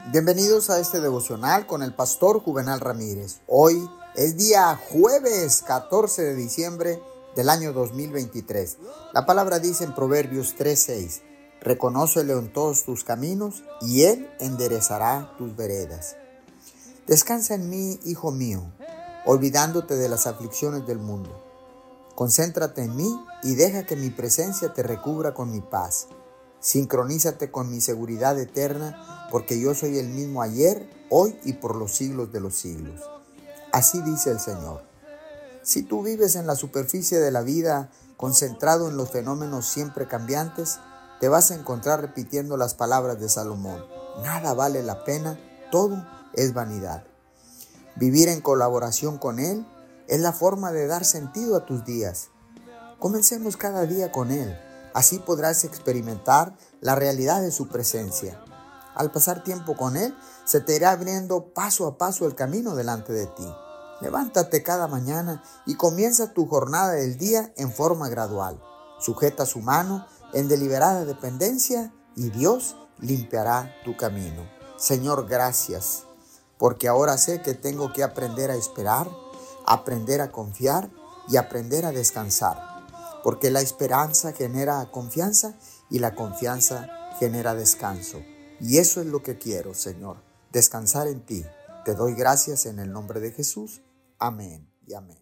Bienvenidos a este devocional con el pastor Juvenal Ramírez. Hoy es día jueves 14 de diciembre del año 2023. La palabra dice en Proverbios 3:6, reconócelo en todos tus caminos y Él enderezará tus veredas. Descansa en mí, hijo mío, olvidándote de las aflicciones del mundo. Concéntrate en mí y deja que mi presencia te recubra con mi paz. Sincronízate con mi seguridad eterna, porque yo soy el mismo ayer, hoy y por los siglos de los siglos. Así dice el Señor. Si tú vives en la superficie de la vida, concentrado en los fenómenos siempre cambiantes, te vas a encontrar repitiendo las palabras de Salomón. Nada vale la pena, todo es vanidad. Vivir en colaboración con Él es la forma de dar sentido a tus días. Comencemos cada día con Él. Así podrás experimentar la realidad de su presencia. Al pasar tiempo con Él, se te irá abriendo paso a paso el camino delante de ti. Levántate cada mañana y comienza tu jornada del día en forma gradual. Sujeta su mano en deliberada dependencia y Dios limpiará tu camino. Señor, gracias, porque ahora sé que tengo que aprender a esperar, aprender a confiar y aprender a descansar. Porque la esperanza genera confianza y la confianza genera descanso. Y eso es lo que quiero, Señor, descansar en ti. Te doy gracias en el nombre de Jesús. Amén y amén.